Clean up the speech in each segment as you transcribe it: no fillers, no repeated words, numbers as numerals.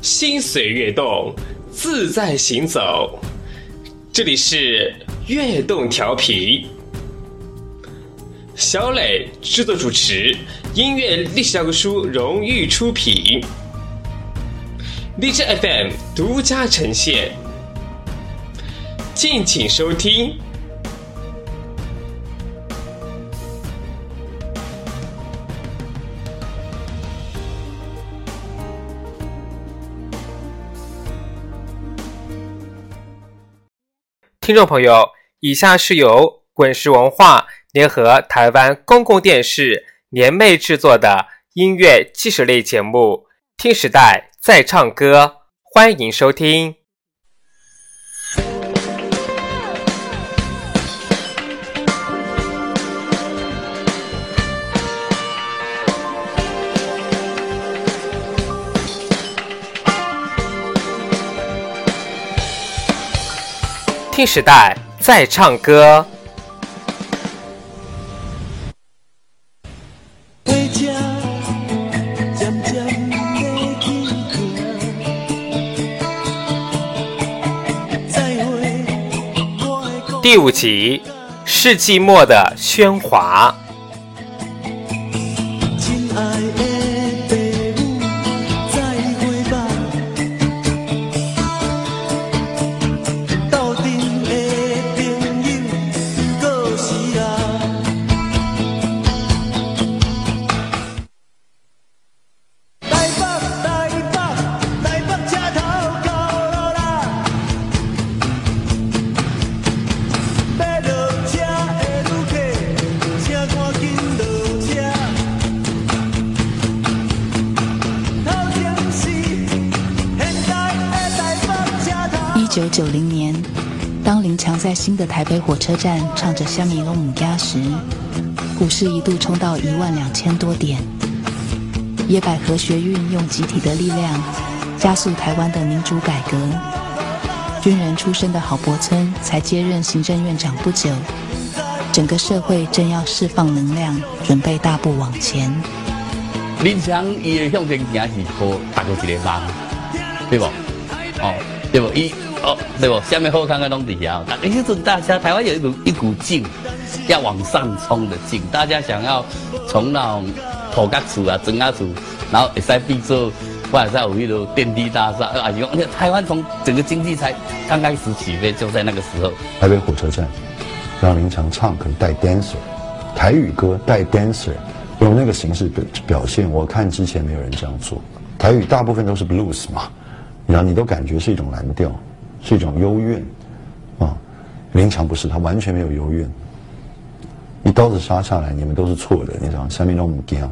心随悦动，自在行走。这里是悦动调频，小磊制作主持，音乐历史教科书荣誉出品，荔枝 FM 独家呈现，敬请收听。听众朋友，以下是由滚石文化联合台湾公共电视联袂制作的音乐纪实类节目《听时代在唱歌》，欢迎收听。听时代在唱歌。第5集，世纪末的喧哗。 1990年，当林强在新的台北火车站唱着《虾米拢唔惊》时，股市一度冲到12000多点。野百合学运用集体的力量加速台湾的民主改革。军人出身的郝柏村才接任行政院长不久，整个社会正要释放能量，准备大步往前。 林强伊的向前行是好大家一个梦，对不？对不？对不？下面好看看拢底下，那时阵大家台湾有一股劲，要往上冲的劲，大家想要从那种土角厝啊、砖仔厝，然后会使变做，或者有那种电梯大厦啊，台湾从整个经济才刚开始起飞，就在那个时候。 台北火车站让林强唱可以带 dancer， 台语歌带 dancer， 用那个形式表现，我看之前没有人这样做。台语大部分都是 blues 嘛，然后你都感觉是一种蓝调。是一种幽怨啊，林强不是，他完全没有幽怨，一刀子杀下来，你们都是错的，你知道，下面都唔惊。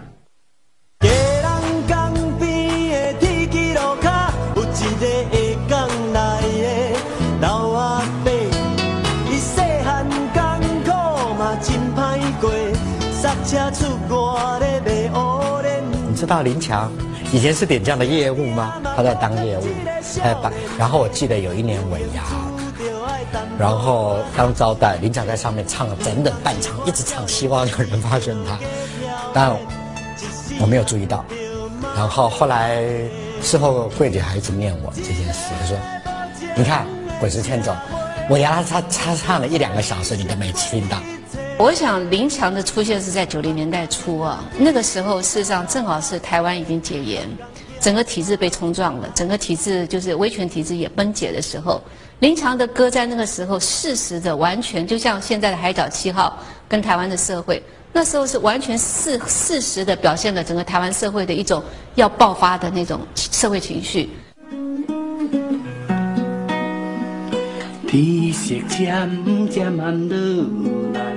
你知道林强以前是点这样的业务吗？他在当业务，然后我记得有一年尾牙，然后当招待，林强在上面唱了整整半场，一直唱，希望有人发现他，但我没有注意到。然后后来事后柜姐还一直念我这件事，她说：“你看，滚石牵走尾牙，他唱了1-2个小时，你都没听到。” 我想林强的出现是在90年代初啊，那个时候事实上正好是台湾已经解严，整个体制被冲撞了，整个体制就是威权体制也崩解的时候，林强的歌在那个时候适时的完全就像现在的海角7号跟台湾的社会，那时候是完全适时的表现了整个台湾社会的一种要爆发的那种社会情绪。 天色渐渐暗落来，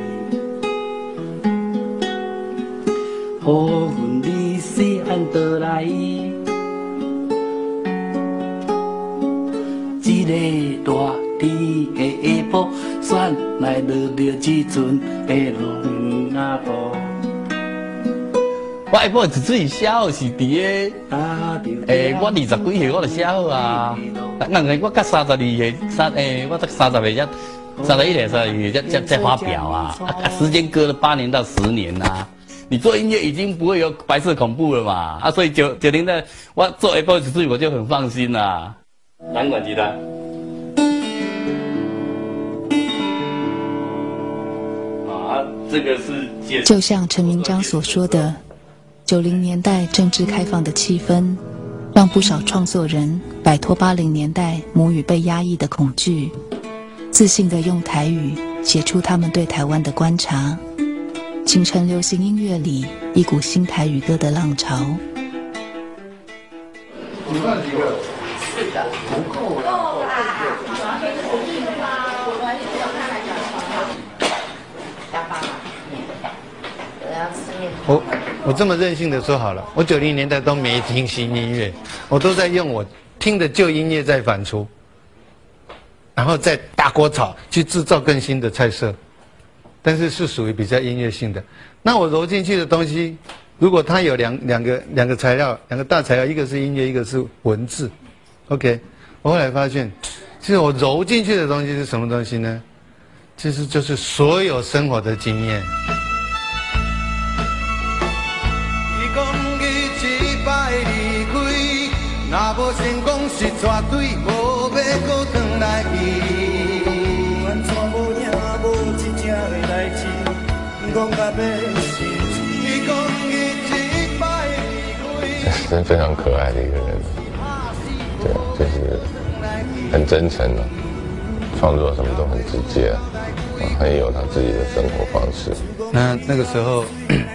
雨云细汉倒来，一个大地的下晡，选来落着一阵的龙仔雨。我下晡一水小是伫个，我20几岁我就写好啊。我到32岁，我到30岁31年才发表啊。时间隔了8年到10年啊。 你做音乐已经不会有白色恐怖了嘛，啊，所以90代我做 Apple 指数我就很放心啦。单管吉他。啊，这个是就像陈明章所说的，90年代政治开放的气氛，让不少创作人摆脱80年代母语被压抑的恐惧，自信地用台语写出他们对台湾的观察，形成流行音乐里一股新台语歌的浪潮。 你放几个 ？4个。不够啦。够啦。 我这么任性的说好了，我90年代都没听新音乐，我都在用我听的旧音乐在反刍，然后再大锅炒去制造更新的菜色，但是是属于比较音乐性的。那我揉进去的东西，如果它有两个材料，两个大材料，一个是音乐，一个是文字 ，OK。我后来发现，其实我揉进去的东西是什么东西呢？其实就是所有生活的经验。若无成功是绝对无要搁转来去。完全无影无真正的代志，讲到要死，伊讲伊一摆离开。真非常可爱的一个人，对，就是很真诚的，创作什么都很直接，很有他自己的生活方式。那个时候，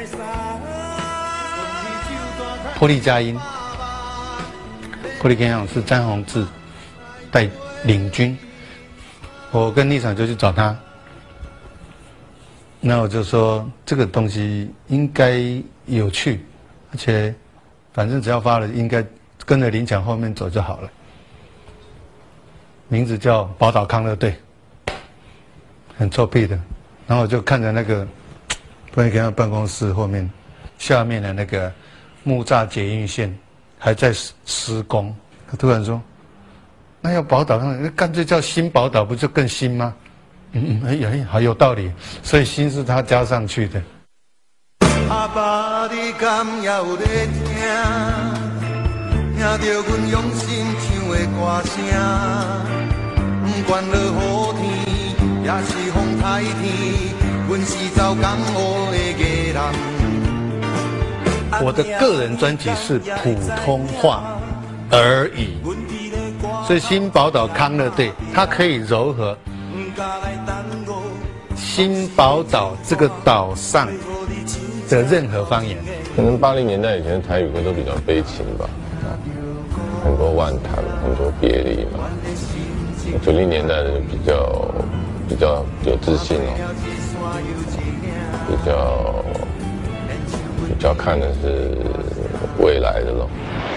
波利佳音。波利佳音是詹宏志带领军，我跟立场就去找他，那我就说这个东西应该有趣，而且反正只要发了，应该跟着林强后面走就好了。名字叫宝岛康乐队，很臭屁的。然后我就看着那个波利佳音办公室后面下面的那个木栅捷运线。还在施工，他突然说：“那要宝岛，那干脆叫新宝岛，不就更新吗？”哎，好有道理，所以新是他加上去的。阿爸，你敢也有在听？听着阮用心唱的歌声，不管落雨天，也是风台天，阮是走江湖的艺人。我的个人专辑是普通话而已，所以新宝岛康乐队它可以糅合新宝岛这个岛上的任何方言。可能80年代以前的台语歌都比较悲情吧，很多万谈，很多别离嘛。90年代的比较有自信哦，比较看的是未来的咯。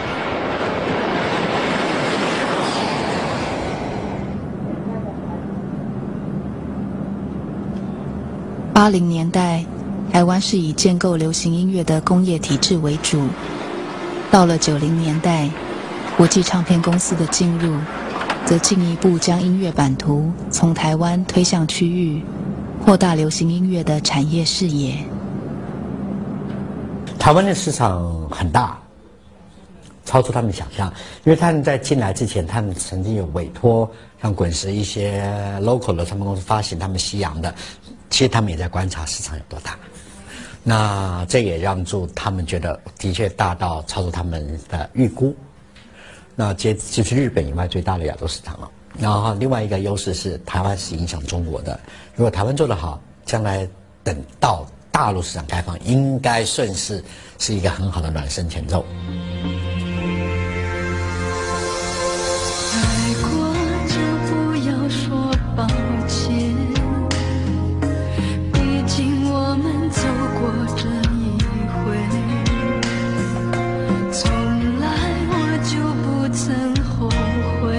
80年代，台湾是以建构流行音乐的工业体制为主。到了90年代，国际唱片公司的进入，则进一步将音乐版图从台湾推向区域，扩大流行音乐的产业视野。 台湾的市场很大，超出他们想象。因为他们在进来之前，他们曾经有委托像滚石一些 local 的唱片公司发行他们西洋的，其实他们也在观察市场有多大。那这也让助他们觉得的确大到超出他们的预估。那就是日本以外最大的亚洲市场了。然后另外一个优势是台湾是影响中国的，如果台湾做得好，将来等到大陆市场开放，应该顺势是一个很好的暖身前奏。 爱过就不要说抱歉，毕竟我们走过这一回，从来我就不曾后悔，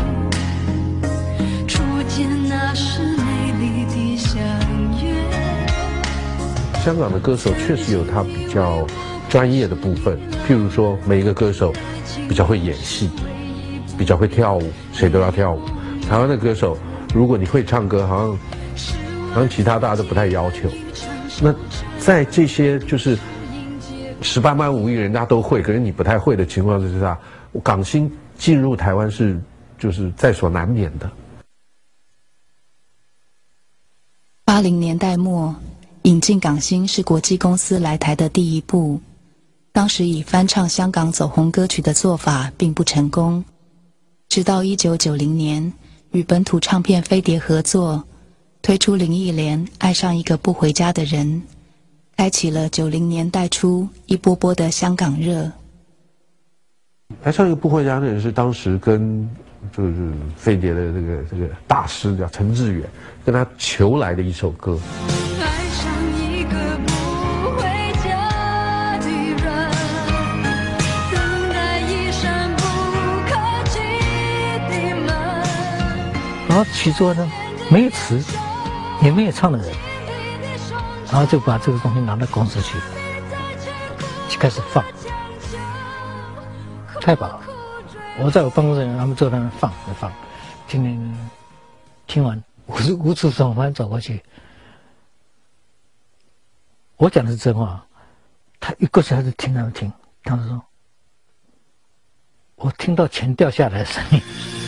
初见那是美丽的相约。 香港的歌手确实有他比较专业的部分，譬如说每一个歌手比较会演戏，比较会跳舞，谁都要跳舞。台湾的歌手，如果你会唱歌，好像其他大家都不太要求。那在这些就是18万5亿人家都会，可是你不太会的情况之下，港星进入台湾是就是在所难免的。 80年代末，引进港星是国际公司来台的第一步。当时以翻唱香港走红歌曲的做法并不成功，直到1990年与本土唱片飞碟合作，推出林忆莲《爱上一个不回家的人》，开启了90年代初一波波的香港热。 爱上一个不回家的人是当时跟就是飞碟的这个大师叫陈志远跟他求来的一首歌。 然后曲作呢，没有词，也没有唱的人，然后就把这个东西拿到公司去，就开始放，太棒了！我在我办公室，他们坐在那放，听完无处转弯走过去，我讲的是真话，他一过去他就听，他说，我听到钱掉下来的声音。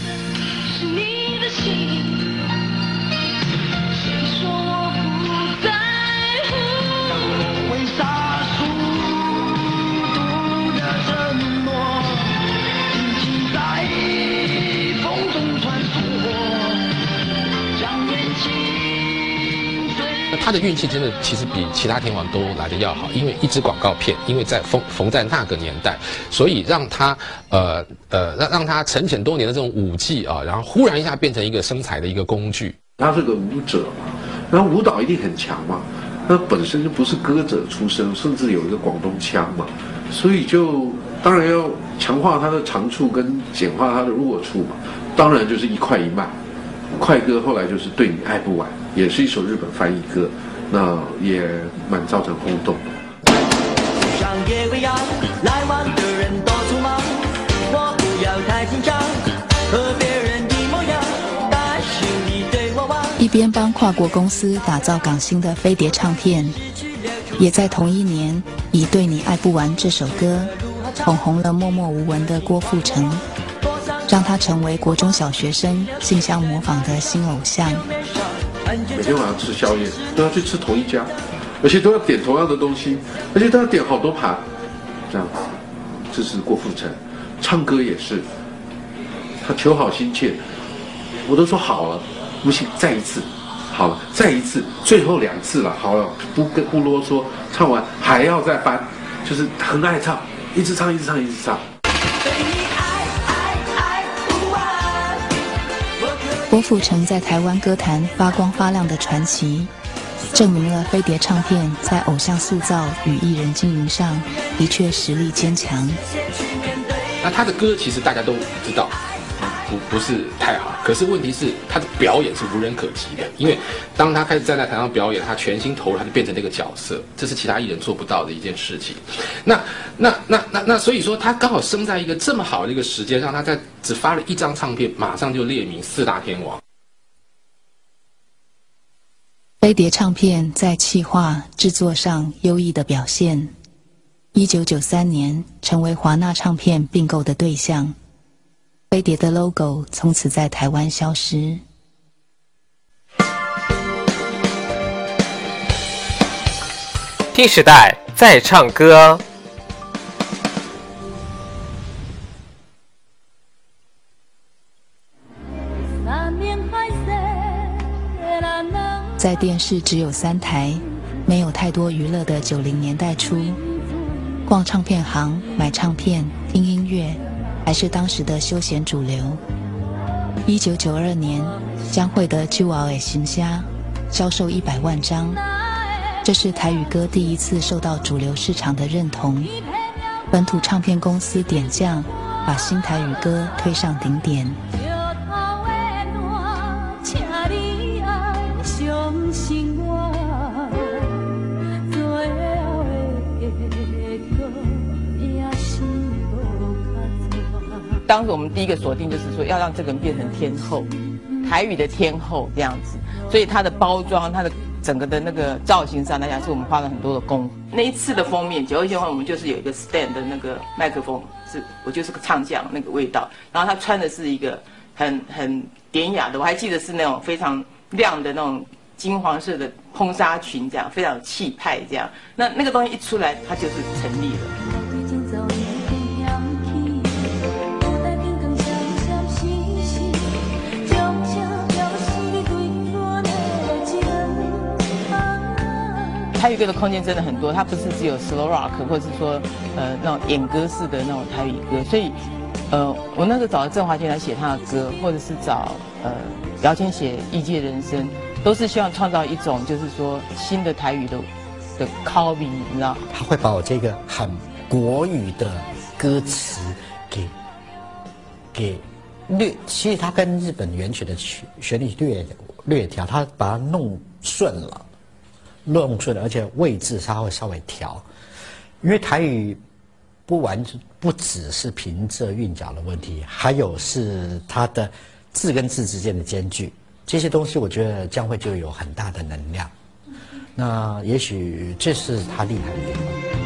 他的运气真的其实比其他天王都来得要好，因为一支广告片，因为在缝在那个年代，所以让他让他沉潜多年的这种舞技啊，然后忽然一下变成一个生财的一个工具。 他是个舞者嘛，然后舞蹈一定很强嘛，他本身就不是歌者出身，甚至有一个广东腔嘛，所以就当然要强化他的长处跟简化他的弱处嘛，当然就是一快一慢。快歌后来就是对你爱不完，也是一首日本翻译歌，那也蛮造成轰动的。上夜未央，来往的人多匆忙，我不要太紧张，和别人一模样，但是你对我望。 一边帮跨国公司打造港星的飞碟唱片，也在同一年以《对你爱不完》这首歌捧红了默默无闻的郭富城，让他成为国中小学生竞相模仿的新偶像。 每天晚上吃宵夜都要去吃同一家，而且都要点同样的东西，而且都要点好多盘，这样子。这是郭富城，唱歌也是，他求好心切，我都说好了，不行，再一次，好了，再一次，最后2次了，好了，不啰嗦，唱完还要再翻，就是很爱唱，一直唱。 郭富城在台湾歌坛发光发亮的传奇，证明了飞碟唱片在偶像塑造与艺人经营上的确实力坚强。 那他的歌其实大家都知道，不是太好，可是问题是他的表演是无人可及的，因为当他开始站在台上表演，他全心投入，他就变成那个角色，这是其他艺人做不到的一件事情。那所以说他刚好生在一个这么好的一个时间，让他在只发了1张唱片，马上就列名4大天王。 飞碟唱片在企划制作上优异的表现，1993年成为华纳唱片并购的对象，飞碟的 logo 从此在台湾消失。 听时代在唱歌。 在电视只有3台，没有太多娱乐的90年代初，逛唱片行买唱片听音乐还是当时的休闲主流。1992年，江蕙的《就熬的行虾》销售100万张，这是台语歌第一次受到主流市场的认同。本土唱片公司点将，把新台语歌推上顶点。 当时我们第一个锁定就是说要让这个人变成天后，台语的天后这样子，所以它的包装、它的整个的那个造型上来讲，是我们花了很多的功夫。那一次的封面921的话，我们就是有一个 stand 的那个麦克风，我就是个唱将那个味道。然后他穿的是一个很典雅的，我还记得是那种非常亮的那种金黄色的蓬纱裙，这样非常有气派，这样。那个东西一出来，它就是成立了。台语歌的空间真的很多，它不是只有 slow rock， 或者是说那种演歌式的那种台语歌，所以我那时候找了郑华健来写他的歌，或者是找姚谦写《异界人生》，都是希望创造一种就是说新的台语的 copy， 你知道？ 他会把我这个很国语的歌词给其实他跟日本原曲的旋律略调，他把它弄顺了，而且位置他会稍微调，因为台语不只是平仄韵脚的问题，还有是它的字跟字之间的间距，这些东西我觉得将会就有很大的能量。那也许这是他厉害的地方。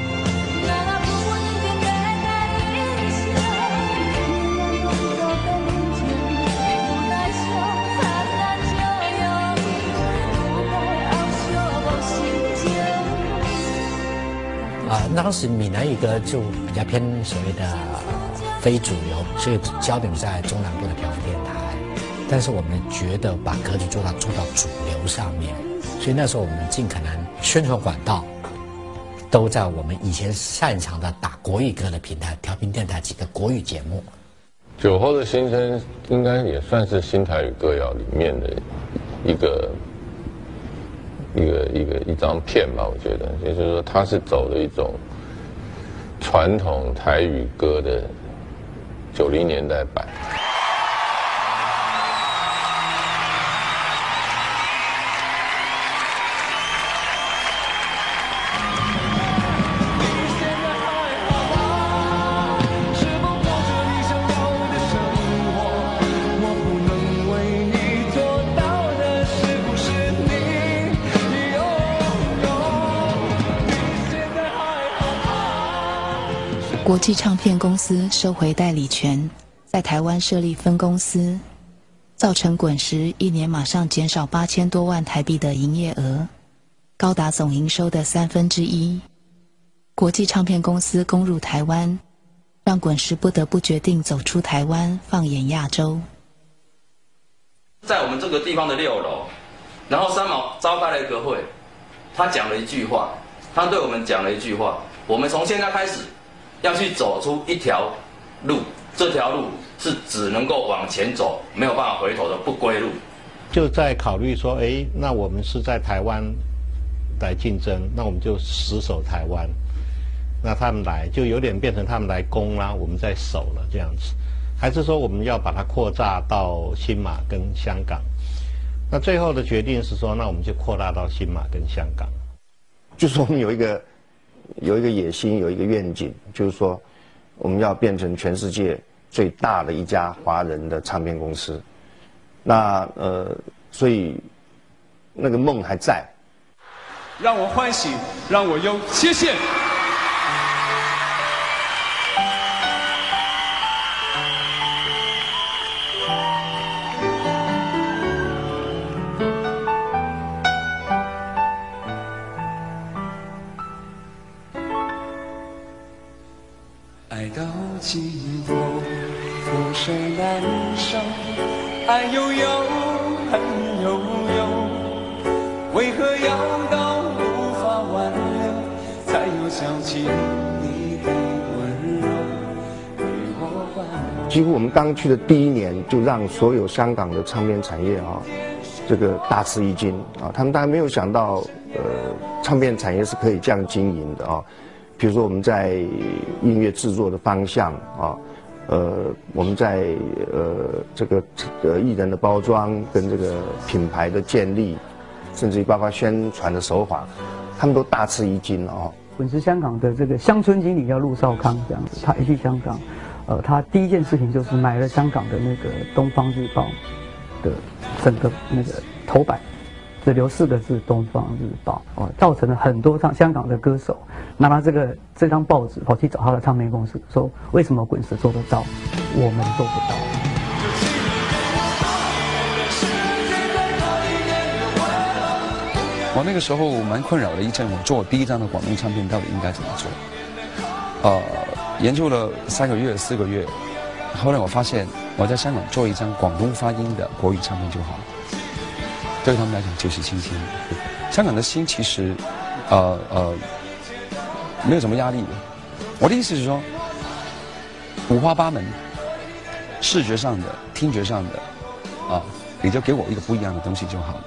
当时闽南语歌就比较偏所谓的非主流，所以焦点在中南部的调布电台。但是我们觉得把歌曲做到主流上面，所以那时候我们尽可能宣传管道都在我们以前擅长的打国语歌的平台，调频电台几个国语节目。 酒后的心声应该也算是新台语歌谣里面的一张片吧，我觉得，也就是说，它是走了一种传统台语歌的90年代版。 国际唱片公司收回代理权，在台湾设立分公司，造成滚石一年马上减少8000多万台币的营业额，高达总营收的1/3。国际唱片公司攻入台湾，让滚石不得不决定走出台湾，放眼亚洲。 在我们这个地方的6楼，然后三毛召开了一个会，他讲了一句话，他对我们讲了一句话：我们从现在开始要去走出一条路，这条路是只能够往前走，没有办法回头的不归路。 就在考虑说，那我们是在台湾来竞争，那我们就死守台湾。那他们来就有点变成他们来攻啦，我们在守了这样子。还是说我们要把它扩大到新马跟香港？那最后的决定是说，那我们就扩大到新马跟香港。 就是我们有一个野心，有一个愿景，就是说我们要变成全世界最大的一家华人的唱片公司。那所以那个梦还在。 让我欢喜，让我忧，谢谢。 爱到尽头，覆水难收，爱悠悠，恨悠悠，为何要到无法挽留，才又想起你的温柔，给我伴随。几乎我们刚去的第1年，就让所有香港的唱片产业这个大吃一惊啊！他们当然没有想到，唱片产业是可以这样经营的啊。比如说我们在音乐制作的方向我们在这个艺人的包装跟这个品牌的建立，甚至于包括宣传的手法，他们都大吃一惊滚石香港的这个乡村经理叫陆少康，这样子，他一去香港，他第一件事情就是买了香港的那个《东方日报》的整个那个头版， 只留4个字《东方日报》造成了很多香港的歌手拿到这张报纸跑去找他的唱片公司，说为什么滚石做得到，我们做不到。 我那个时候蛮困扰的一阵，我做我第一张的广东唱片到底应该怎么做？研究了3个月、4个月，后来我发现我在香港做一张广东发音的国语唱片就好了。对他们来讲就是新鲜的。香港的心其实，没有什么压力的。我的意思是说，五花八门，视觉上的、听觉上的，你就给我一个不一样的东西就好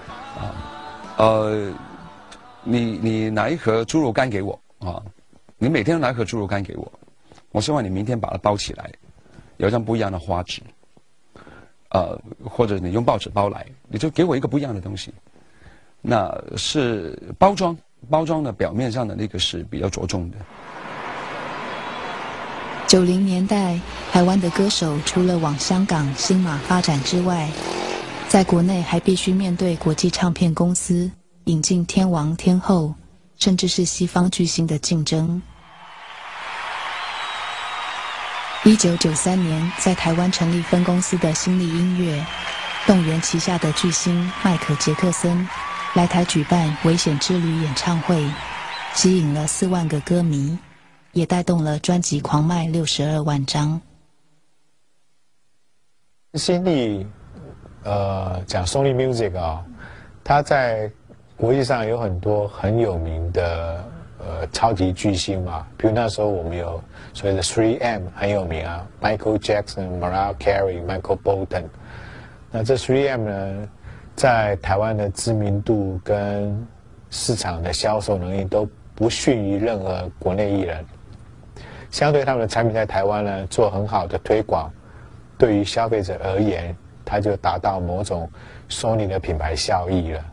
了。你拿一盒猪肉干给我你每天都拿一盒猪肉干给我，我希望你明天把它包起来，有一张不一样的花纸。或者你用报纸包来，你就给我一个不一样的东西。那是包装的表面上的那个是比较着重的。 90年代，台湾的歌手除了往香港、新马发展之外，在国内还必须面对国际唱片公司引进天王天后，甚至是西方巨星的竞争。1993年，在台湾成立分公司的新力音乐，动员旗下的巨星迈克·杰克森来台举办《危险之旅》演唱会，吸引了4万个歌迷，也带动了专辑狂卖62万张。 新力，讲 Sony Music 它在国际上有很多很有名的超级巨星嘛，比如那时候我们有所谓的 3M 很有名Michael Jackson、Mariah Carey、Michael Bolton。那这 3M 呢，在台湾的知名度跟市场的销售能力都不逊于任何国内艺人。相对他们的产品在台湾呢做很好的推广，对于消费者而言，它就达到某种 Sony 的品牌效益了。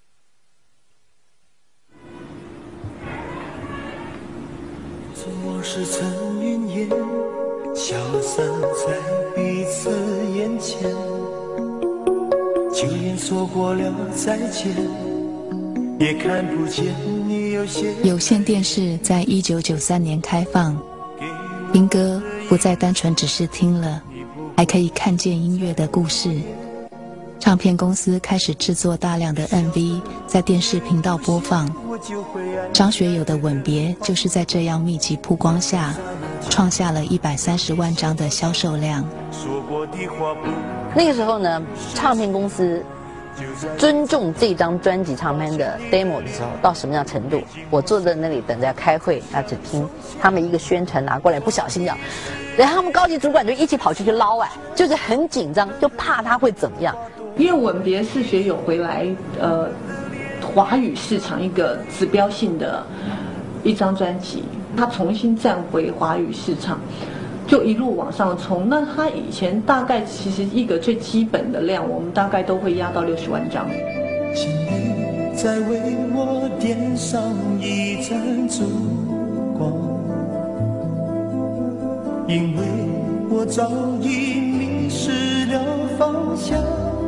总是曾云烟，消散在彼此眼前，就连说过了再见，也看不见你有线电视在1993年开放，听歌不再单纯只是听了，还可以看见音乐的故事。唱片公司开始制作大量的 MV 在电视频道播放。张学友的《吻别》就是在这样密集曝光下，创下了130万张的销售量。 那个时候呢，唱片公司尊重这张专辑唱片的 demo 的时候，到什么样程度？我坐在那里等着开会，只听他们一个宣传拿过来，不小心讲，然后他们高级主管就一起跑去捞就是很紧张，就怕他会怎么样。 因为《吻别》是学友回来华语市场一个指标性的一张专辑，他重新站回华语市场，就一路往上冲。那他以前大概其实一个最基本的量，我们大概都会压到60万张。 请你再为我点上一盏烛光，因为我早已迷失了方向。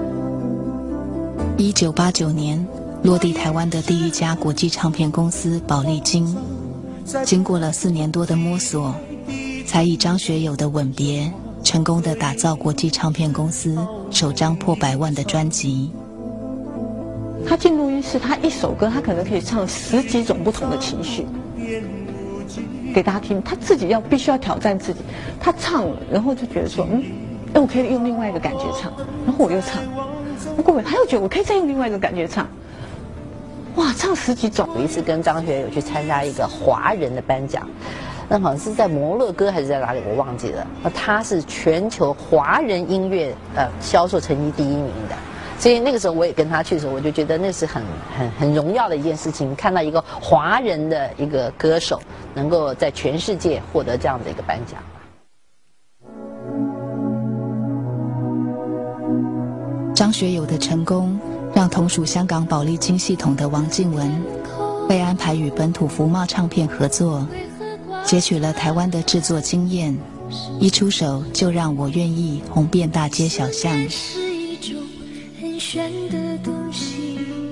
1989年落地台湾的第一家国际唱片公司宝丽金，经过了4年多的摸索，才以张学友的《吻别》成功的打造国际唱片公司首张破100万的专辑。 他进录音室，他一首歌他可能可以唱10几种不同的情绪给大家听，他自己必须要挑战自己。他唱了，然后就觉得说，我可以用另外一个感觉唱，然后我又唱。过会他又觉得我可以再用另外一种感觉唱，哇，唱10几种。 有一次跟张学友去参加一个华人的颁奖，那好像是在摩洛哥还是在哪里，我忘记了。他是全球华人音乐销售成绩第1名的，所以那个时候我也跟他去的时候，我就觉得那是很荣耀的一件事情，看到一个华人的一个歌手能够在全世界获得这样的一个颁奖。 张学友的成功让同属香港宝丽金系统的王靖雯被安排与本土福茂唱片合作，截取了台湾的制作经验，一出手就让我愿意红遍大街小巷。 是一种很玄的东西，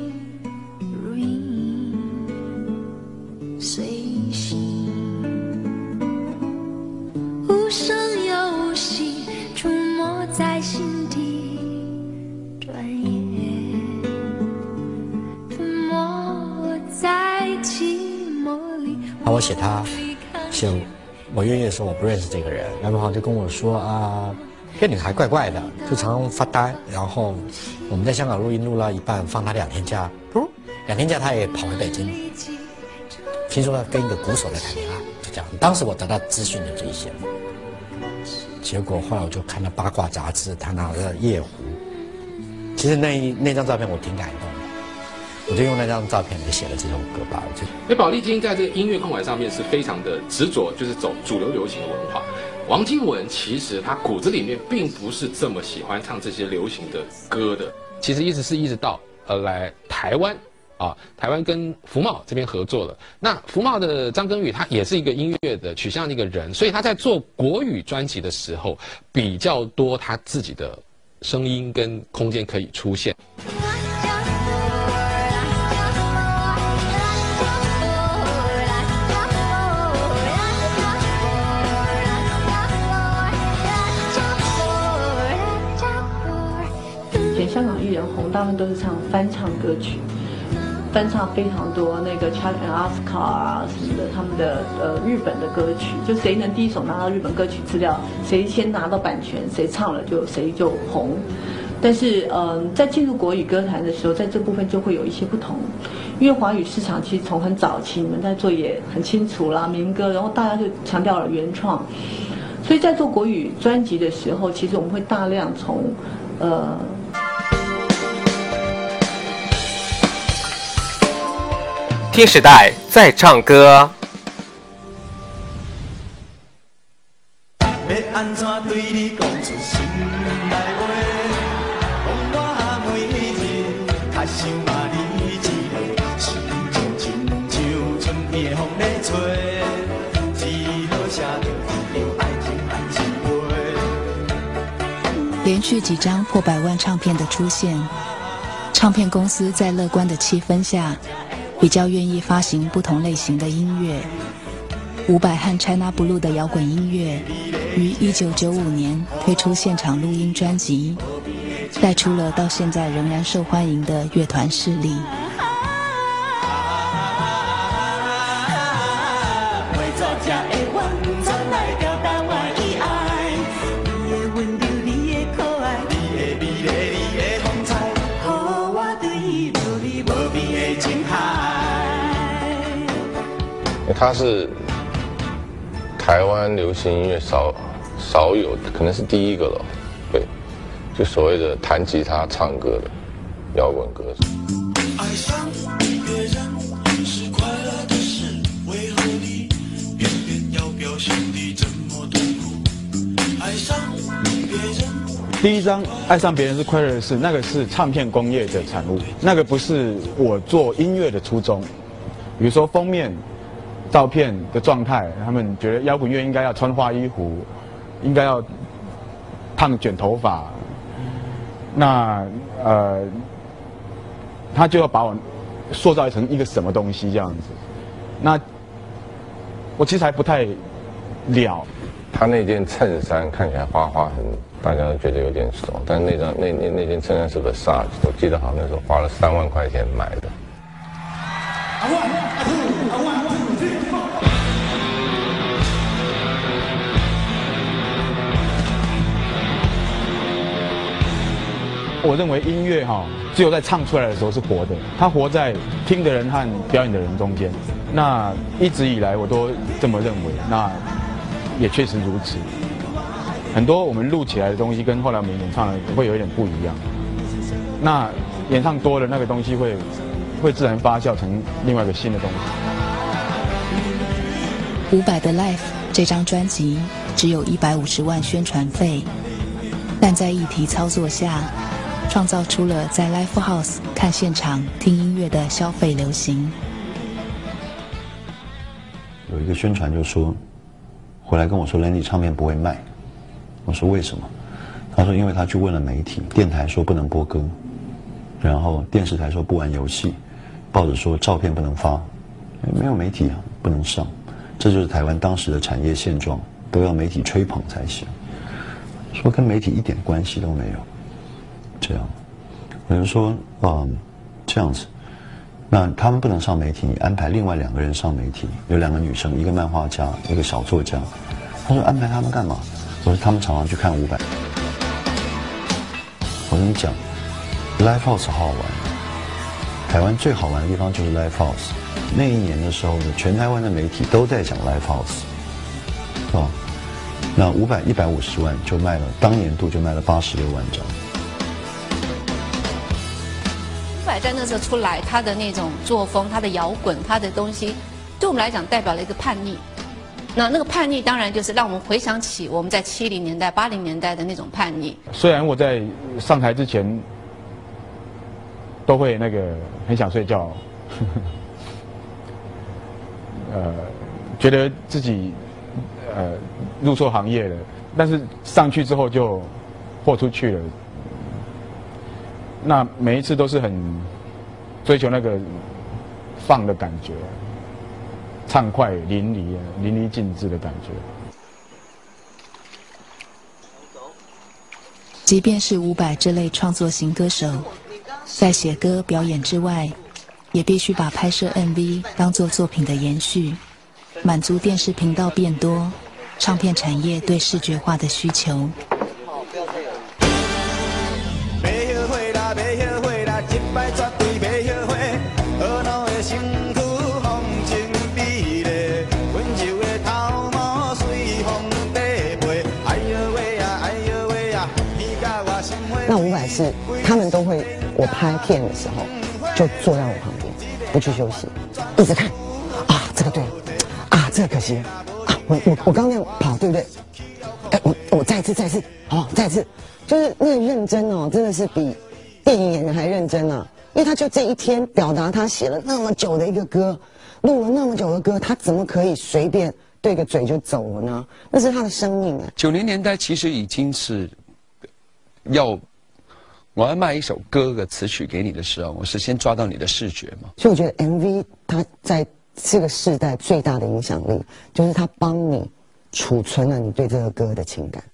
写我愿意的时候，我不认识这个人，然后就跟我说啊，这女孩怪怪的，就常常发呆。然后我们在香港录音录到一半，放她2天假，2天假她也跑回北京，听说她跟一个鼓手在谈恋爱，就这样。当时我得到资讯的这一些，结果后来我就看到八卦杂志，他拿着夜壶。其实那张照片我挺感动的，我就用那张照片来写了这首歌吧。 宝丽金在这个音乐控管上面是非常的执着，就是走主流流行的文化。王金文其实他骨子里面并不是这么喜欢唱这些流行的歌的，其实一直到来台湾啊，台湾跟福茂这边合作了。那福茂的张根宇他也是一个音乐的取向的一个人，所以他在做国语专辑的时候比较多他自己的声音跟空间可以出现。 香港艺人红，大部分都是翻唱歌曲，翻唱非常多那个 Charlie and Oscar 啊什么的，他们的日本的歌曲，就谁能第一手拿到日本歌曲资料，谁先拿到版权，谁唱了谁就红。但是在进入国语歌坛的时候，在这部分就会有一些不同，因为华语市场其实从很早期你们在做也很清楚啦，民歌，然后大家就强调了原创，所以在做国语专辑的时候，其实我们会大量从听时代在唱歌。 连续几张破100万唱片的出现，唱片公司在乐观的气氛下比较愿意发行不同类型的音乐。伍佰和 China Blue 的摇滚音乐于1995年推出现场录音专辑，带出了到现在仍然受欢迎的乐团势力。 他是台湾流行音乐少有，可能是第一个了，对，就所谓的弹吉他唱歌的摇滚歌手。爱上别人是快乐的事，为何你偏偏要表现得这么痛苦？爱上别人。 第一张《爱上别人是快乐的事》，那个是唱片工业的产物，那个不是我做音乐的初衷。比如说封面。照片的状态，他们觉得摇滚乐应该要穿花衣服，应该要烫卷头发。那他就要把我塑造成一个什么东西这样子。那我其实还不太了。 他那件衬衫看起来花花很，大家都觉得有点怂，但那件衬衫是Versace，我记得好像那时候花了3万块钱买的。 我认为音乐只有在唱出来的时候是活的，它活在听的人和表演的人中间。那一直以来我都这么认为，那也确实如此。很多我们录起来的东西跟后来我们演唱的会有一点不一样。那演唱多了，那个东西会自然发酵成另外一个新的东西。伍佰的《Life》这张专辑只有150万宣传费，但在议题操作下，创造出了在 Live House 看现场听音乐的消费流行。 有一个宣传就说，回来跟我说 Landy 唱片不会卖，我说为什么？他说因为他去问了媒体，电台说不能播歌，然后电视台说不玩游戏，报纸说照片不能发，没有媒体啊，不能上。这就是台湾当时的产业现状，都要媒体吹捧才行。说跟媒体一点关系都没有。这样，我就说，这样子， 那他们不能上媒体，你安排另外2个人上媒体，有2个女生，一个漫画家，一个小作家。他说安排他们干嘛？我说他们常常去看伍佰。我跟你讲 ，Live House 好好玩，台湾最好玩的地方就是 Live House。那一年的时候呢，全台湾的媒体都在讲 Live House， 哦，那伍佰150万就卖了，当年度就卖了86万张。 伍佰在那时候出来，他的那种作风，他的摇滚，他的东西，对我们来讲代表了一个叛逆。那个叛逆当然就是让我们回想起我们在70年代、80年代的那种叛逆。 虽然我在上台之前都会那个很想睡觉，觉得自己入错行业了，但是上去之后就豁出去了。那每一次都是很追求那个放的感觉，畅快淋漓尽致的感觉。 即便是伍佰这类创作型歌手，在写歌表演之外，也必须把拍摄 MV 当作作品的延续，满足电视频道变多、唱片产业对视觉化的需求。 那伍佰是他们都会，我拍片的时候就坐在我旁边，不去休息，一直看啊，这个对了啊，这个可惜了啊，我刚那样跑对不对？哎，我再一次，好不好？再一次，就是那个认真哦，真的是比电影演员还认真啊，因为他就这一天表达他写了那么久的一个歌，录了那么久的歌，他怎么可以随便对个嘴就走了呢？那是他的生命啊。 90年代其实已经是我要卖一首歌的词曲给你的时候，我是先抓到你的视觉嘛。 所以我觉得 MV 它在这个世代最大的影响力，就是它帮你储存了你对这个歌的情感。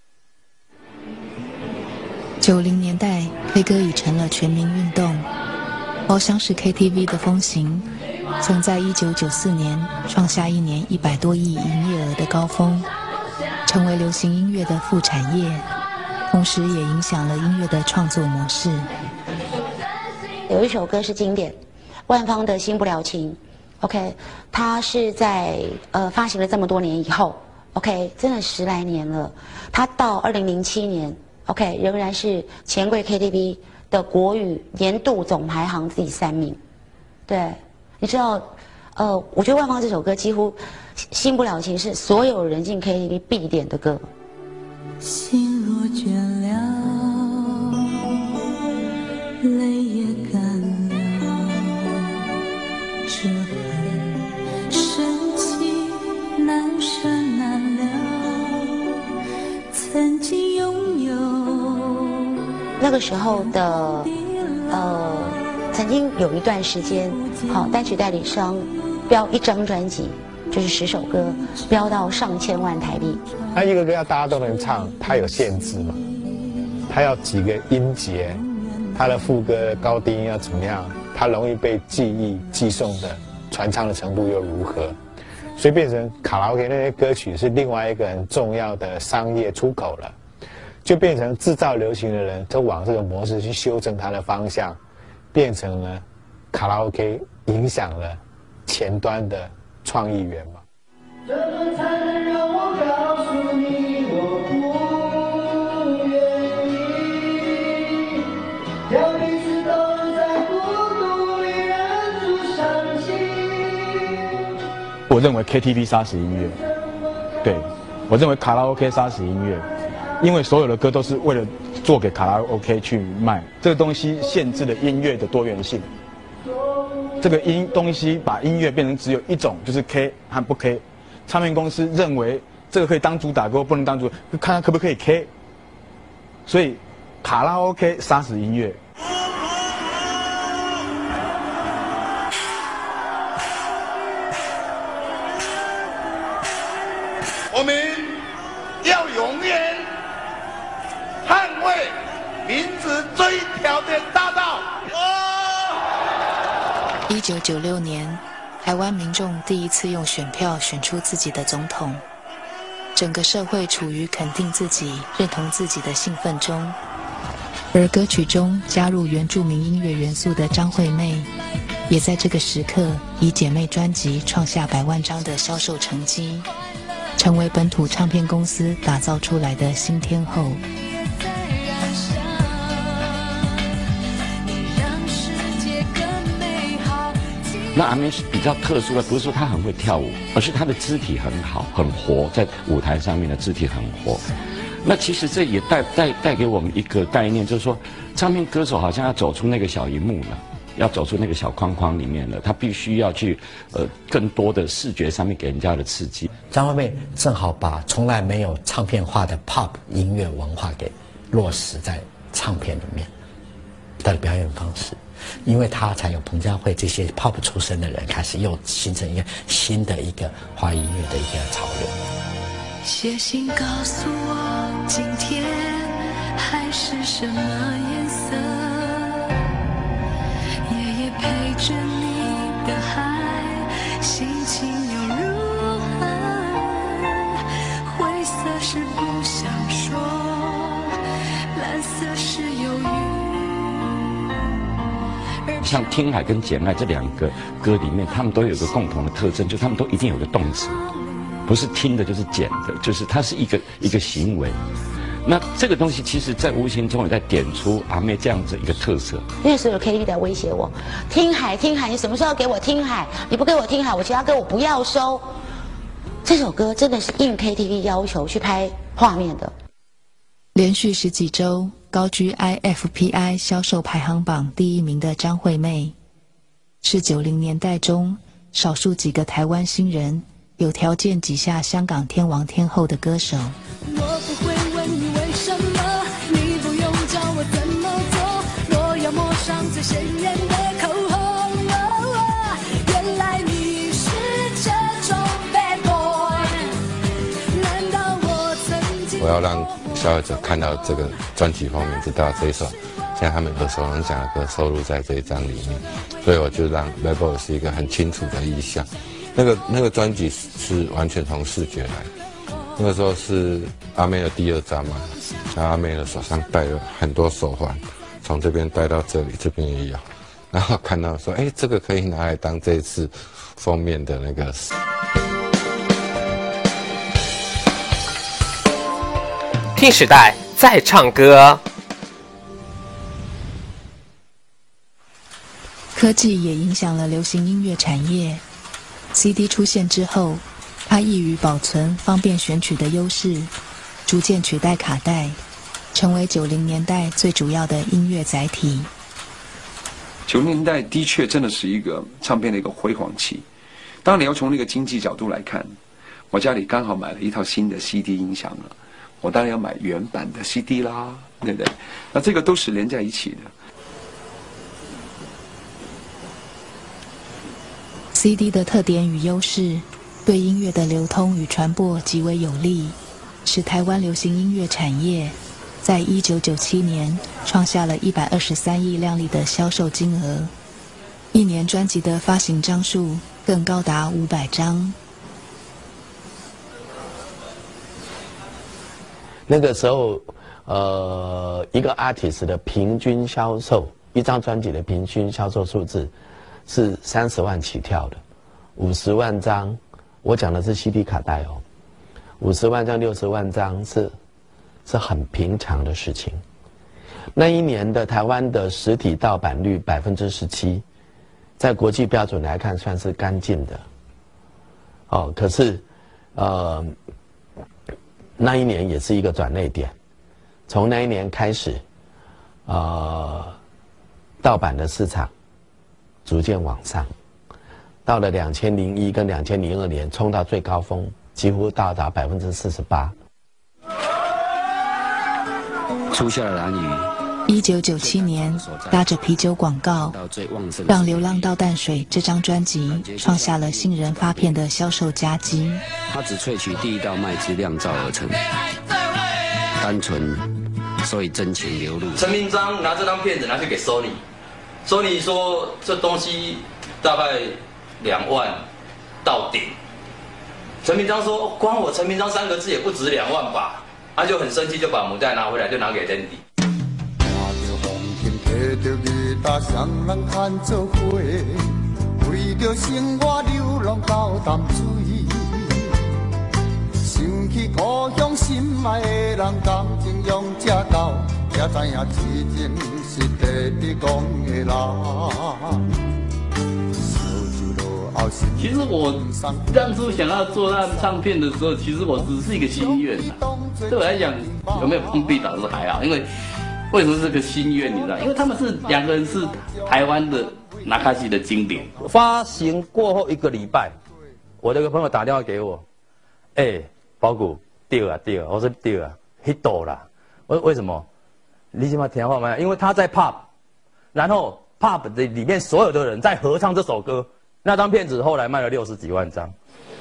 90年代 K 歌已成了全民运动，包厢式 KTV 的风行，曾在1994年创下一年100多亿营业额的高峰，成为流行音乐的副产业。同时也影响了音乐的创作模式。 有一首歌是经典，万芳的《新不了情》。OK， 它是在发行了这么多年以后 ，OK， 真的10来年了。它到2007年 ，OK， 仍然是钱柜 KTV 的国语年度总排行第3名。对，你知道，我觉得万芳这首歌几乎《新不了情》是所有人进 KTV 必点的歌。 心若倦了，泪也干了，这份深情难舍难了，曾经拥有。 那个时候的曾经有一段时间，单曲代理商标一张专辑就是10首歌，飙到上千万台币。 那一个歌要大家都能唱，它有限制嘛？它要几个音节，它的副歌高低音要怎么样？它容易被记忆、记诵的传唱的程度又如何？所以变成卡拉 OK 那些歌曲是另外一个很重要的商业出口了，就变成制造流行的人都往这个模式去修正它的方向，变成了卡拉 OK 影响了前端的创意源嘛。 这段才能让我告诉你，我不愿意让彼此都在孤独里忍住伤心。 我认为 KTV 杀死音乐，对，我认为卡拉 OK 杀死音乐，因为所有的歌都是为了做给卡拉 OK 去卖，这个东西限制了音乐的多元性。这个东西把音乐变成只有一种，就是 K 和不 K。唱片公司认为这个可以当主打歌，不能当主，看它可不可以 K。所以卡拉 OK 杀死音乐。 我们要永远捍卫民主这一条的大道。 1996年，台湾民众第一次用选票选出自己的总统，整个社会处于肯定自己、认同自己的兴奋中。而歌曲中加入原住民音乐元素的张惠妹，也在这个时刻以姐妹专辑创下100万张的销售成绩，成为本土唱片公司打造出来的新天后。 那阿妹是比较特殊的，不是说她很会跳舞，而是她的肢体很好，很活，在舞台上面的肢体很活。那其实这也带给我们一个概念，就是说，唱片歌手好像要走出那个小荧幕了，要走出那个小框框里面了，他必须要去更多的视觉上面给人家的刺激。 张惠妹正好把从来没有唱片化的 pop 音乐文化给落实在唱片里面的表演方式。因为他才有彭佳慧这些 pop 出身的人开始又形成一个新的一个华语音乐的一个潮流。 写信告诉我今天海是什么颜色，夜夜陪着你的海心情又如何，灰色是不想说，蓝色是忧郁。 像《听海》跟《简爱》这2个歌里面，他们都有一个共同的特征，就他们都一定有个动词，不是听的，就是剪的，就是它是一个行为。那这个东西其实在无形中也在点出阿妹这样子一个特色。 因为所有 KTV 在威胁我，听海，听海，你什么时候给我听海？你不给我听海，我其他歌我不要收。这首歌真的是应 KTV 要求去拍画面的。 连续10几周高居 IFPI 销售排行榜第1名的张惠妹，是90年代中少数几个台湾新人有条件挤下香港天王天后的歌手。 我不会问你为什么，你不用教我怎么做，我要抹上最鲜艳的口红。原来你是这种 bad boy， 难道我曾经？ 我要让消费者看到这个专辑封面，知道这一首现在他们耳熟能详的歌收录在这一张里面，所以我就让 label 是一个很清楚的意象。那个专辑是完全从视觉来，那个时候是阿妹的第2张嘛，阿妹的手上戴了很多手环，从这边戴到这里，这边也有，然后看到说，哎，这个可以拿来当这一次封面的那个。 听时代在唱歌。 科技也影响了流行音乐产业。CD 出现之后，它易于保存、方便选取的优势，逐渐取代卡带，成为90年代最主要的音乐载体。 90年代的确真的是一个唱片的一个辉煌期。当然，你要从那个经济角度来看，我家里刚好买了一套新的 CD 音响了。我当然要买原版的 CD 啦，对不对？那这个都是连在一起的。 CD 的特点与优势，对音乐的流通与传播极为有利，使台湾流行音乐产业在1997年创下了123亿亮丽的销售金额，一年专辑的发行张数更高达500张。 那个时候，一个 artist 的平均销售，一张专辑的平均销售数字是30万起跳的，50万张，我讲的是 CD 卡带哦，50万张、60万张是很平常的事情。那一年的台湾的实体盗版率17%，在国际标准来看算是干净的。哦，可是，那一年也是一个转捩点，从那一年开始，盗版的市场逐渐往上，到了2001跟2002年冲到最高峰，几乎到达48%。 初夏的蓝雨。 1997年，搭着啤酒广告，让《流浪到淡水》这张专辑创下了新人发片的销售佳绩。 它只萃取第一道麦汁酿造而成，单纯，所以真情流露。 陈明章拿这张片子拿去给 Sony 说这东西大概2万到顶。陈明章说，光我陈明章3个字也不值2万吧，他就很生气，就把母带拿回来，就拿给 Randy。 摕着吉他双人弹做伙，为着生活流浪到淡水，想起故乡心爱的人，感情用这到，才知影痴情是地地讲的人。 其实我当初想要做那唱片的时候，其实我只是一个心愿呐。对我来讲，有没有碰壁倒是还好，因为为什么是个心愿？你知道，因为他们是2个人是台湾的纳卡西的经典。发行过后1个礼拜，我的一个朋友打电话给我，包谷对啊，我说对啊 ，hit 啦。为什么？你起码听话吗？因为他在 pub， 然后 pub 的里面所有的人在合唱这首歌。那张片子后来卖了60几万张。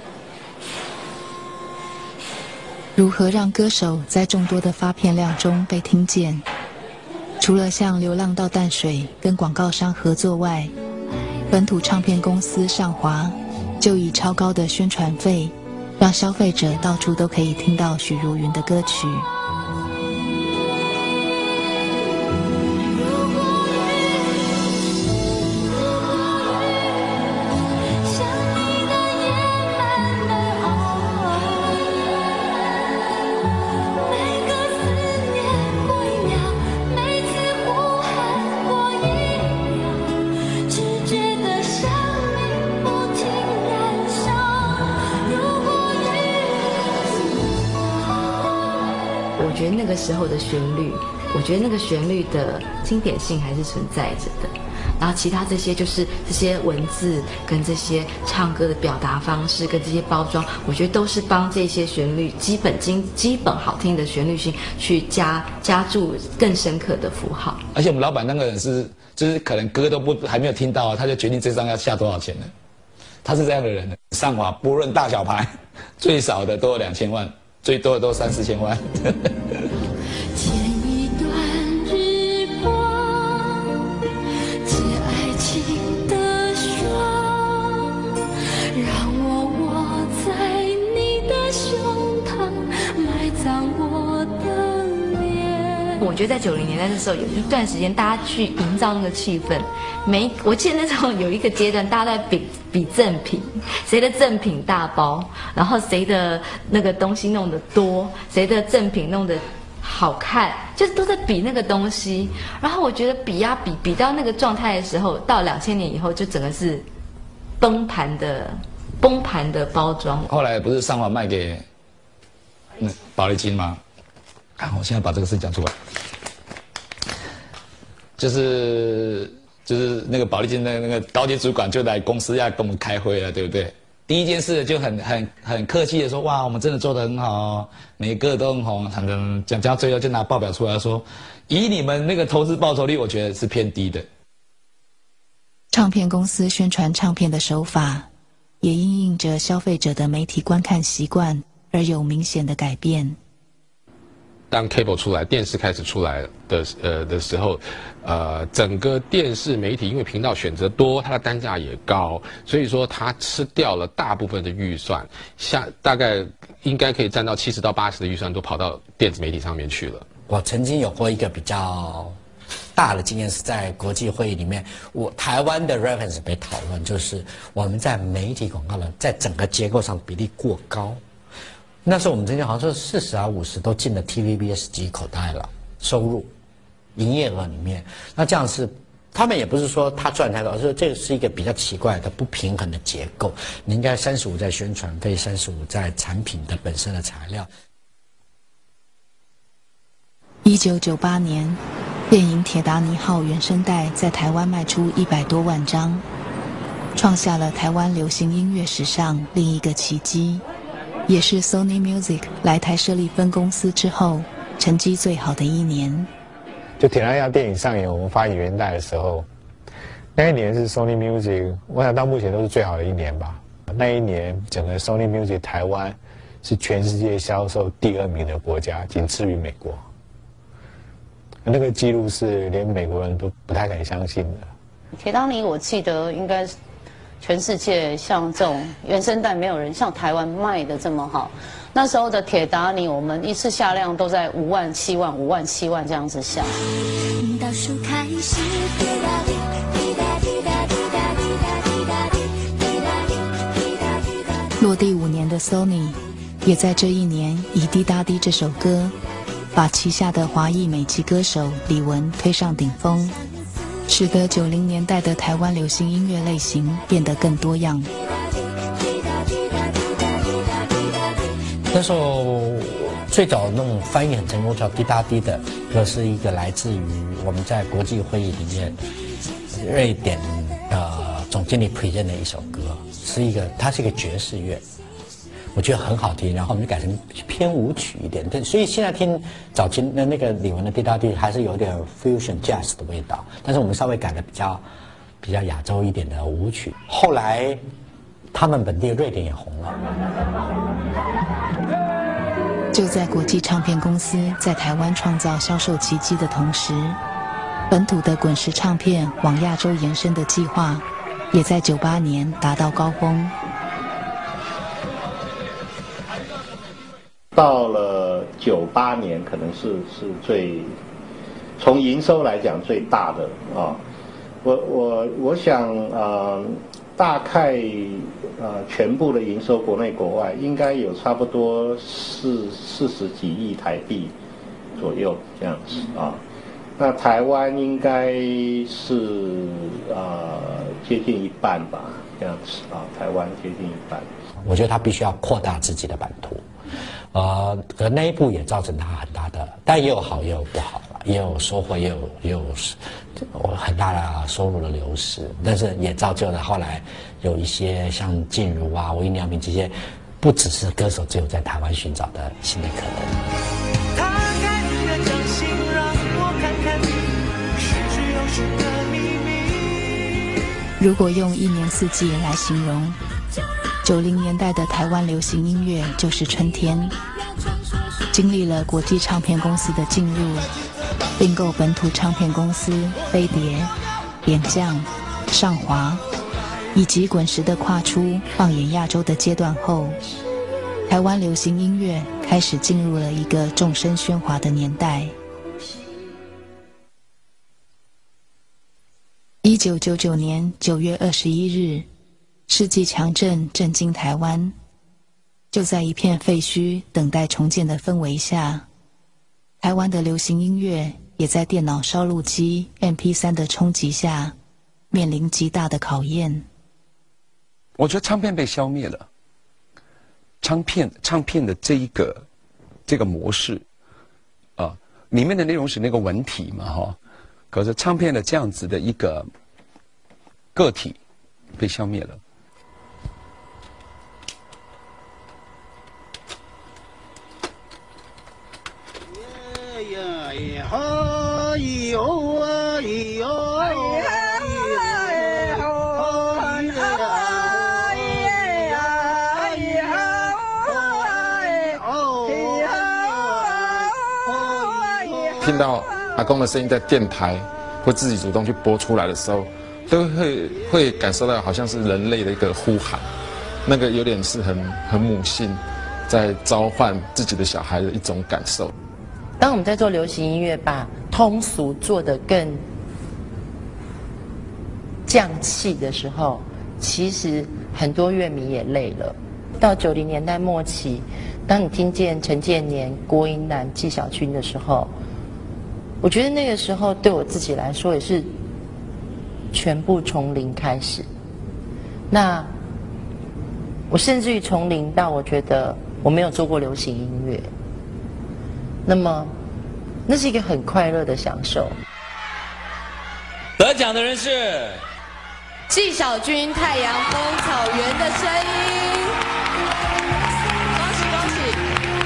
如何让歌手在众多的发片量中被听见？除了像《流浪到淡水》跟广告商合作外，本土唱片公司上华就以超高的宣传费，让消费者到处都可以听到许茹芸的歌曲。 我觉得那个时候的旋律，我觉得那个旋律的经典性还是存在着的。然后其他这些就是这些文字跟这些唱歌的表达方式跟这些包装，我觉得都是帮这些旋律基本好听的旋律性去加注更深刻的符号。 而且我们老板那个人就是可能歌都还没有听到，他就决定这张要下多少钱了。他是这样的人，上华不论大小牌，最少的都有2000万。最多的都3、4千万。 剪一段日光，借爱情的霜，让我握在你的胸膛，埋葬我的脸。 我觉得在90年代的时候，有一段时间大家去营造那个气氛。我记得那时候有一个阶段，大家在比赠品，谁的赠品大包，然后谁的那个东西弄得多，谁的赠品弄得好看，就是都在比那个东西。然后我觉得比到那个状态的时候，到2000年以后，就整个是崩盘的包装。 后来不是上华卖给宝丽金吗？我现在把这个事讲出来，就是那个宝丽金的那个高级主管就来公司要跟我们开会了，对不对？第一件事就很客气的说，哇，我们真的做得很好，每个都很红，讲到最后就拿报表出来说，以你们那个投资报酬率，我觉得是偏低的。 唱片公司宣传唱片的手法，也因应着消费者的媒体观看习惯而有明显的改变。 当 cable 出来，电视开始出来的时候，整个电视媒体因为频道选择多，它的单价也高，所以说它吃掉了大部分的预算，大概应该可以占到70到80%的预算都跑到电子媒体上面去了。 我曾经有过一个比较大的经验，是在国际会议里面，台湾的 reference 被讨论，就是我们在媒体广告呢，在整个结构上比例过高。那时候我们曾经好像是40啊50都进了 TVBS 机口袋了，收入、营业额里面。那这样是，他们也不是说他赚太多，而是这个是一个比较奇怪的不平衡的结构。你应该35在宣传费，35在产品的本身的材料。 1998年，电影《铁达尼号》原声带在台湾卖出100多万张，创下了台湾流行音乐史上另一个奇迹。也是 Sony Music 来台设立分公司之后成绩最好的一年。 就铁达尼号电影上映，我们发行原带的时候，那一年是 Sony Music， 我想到目前都是最好的一年吧。那一年整个 Sony Music 台湾是全世界销售第2名的国家，仅次于美国。那个记录是连美国人都不太敢相信的。 铁达尼我记得应该全世界像这种原声带没有人像台湾卖的这么好。那时候的铁达尼，我们一次下量都在5万、7万、5万、7万这样子下。 倒数开始， 落地5年的 Sony， 也在这一年以《滴答滴》这首歌，把旗下的华裔美籍歌手李玟推上顶峰，使得90年代的台湾流行音乐类型变得更多样。 那时候最早那种翻译很成功叫《滴答滴》的歌，是一个来自于我们在国际会议里面瑞典总经理present的一首歌，它是一个爵士乐，我觉得很好听，然后我们就改成偏舞曲一点。所以现在听早期那个李玟的《滴答滴》还是有点 fusion jazz 的味道，但是我们稍微改的比较亚洲一点的舞曲。后来他们本地瑞典也红了。 就在国际唱片公司在台湾创造销售奇迹的同时，本土的滚石唱片往亚洲延伸的计划也在98年达到高峰。 到了98年，可能是最从营收来讲最大的啊。我想大概全部的营收国内国外应该有差不多40几亿台币左右这样子啊。那台湾应该是接近一半吧这样子啊，台湾接近一半。 我觉得他必须要扩大自己的版图，可那一步也造成他很大的，但也有好也有不好了，也有收获，也有很大的收入的流失，但是也造就了后来有一些像静茹啊、无印良品这些，不只是歌手只有在台湾寻找的新的可能。 如果用1年4季来形容，90年代的台湾流行音乐就是春天，经历了国际唱片公司的进入，并购本土唱片公司飞碟、点将、上华，以及滚石的跨出放眼亚洲的阶段后，台湾流行音乐开始进入了一个众声喧哗的年代。1999年9月21日，世纪强震震惊台湾。就在一片废墟等待重建的氛围下，台湾的流行音乐也在电脑烧录机 MP3 的冲击下面临极大的考验。 我觉得唱片被消灭了，唱片的这个模式啊，里面的内容是那个文体嘛哈，可是唱片的这样子的一个个体被消灭了。 听到阿公的声音在电台或自己主动去播出来的时候，都会感受到好像是人类的一个呼喊，那个有点是很母性在召唤自己的小孩的一种感受。 当我们在做流行音乐，把通俗做得更降气的时候，其实很多乐迷也累了。到90年代末期，当你听见陈建年、郭英男、纪晓君的时候，我觉得那个时候对我自己来说也是全部从零开始。那我甚至于从零到我觉得我没有做过流行音乐，那么那是一个很快乐的享受。 得奖的人是纪晓君《太阳风草原的声音》，恭喜恭喜！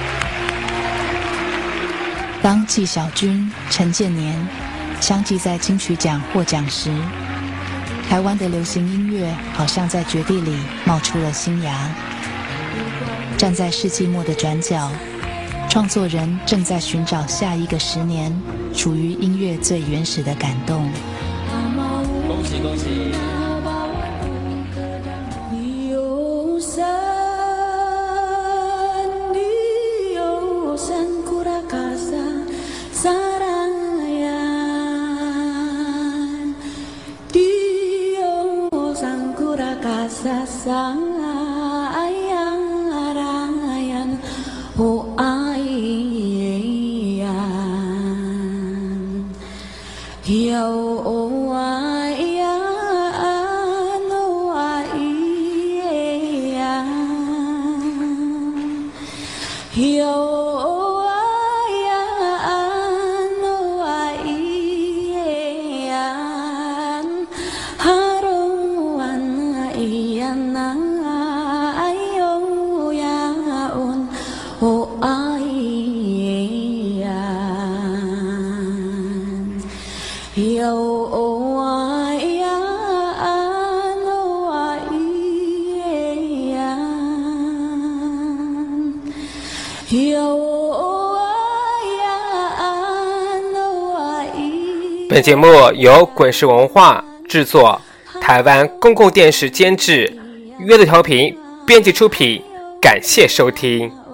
当纪晓君、陈建年相继在金曲奖获奖时，台湾的流行音乐好像在绝地里冒出了新芽。站在世纪末的转角，创作人正在寻找下一个10年属于音乐最原始的感动。 恭喜恭喜！ sayang 本节目由滚石文化制作，台湾公共电视监制，约的调频编辑出品，感谢收听。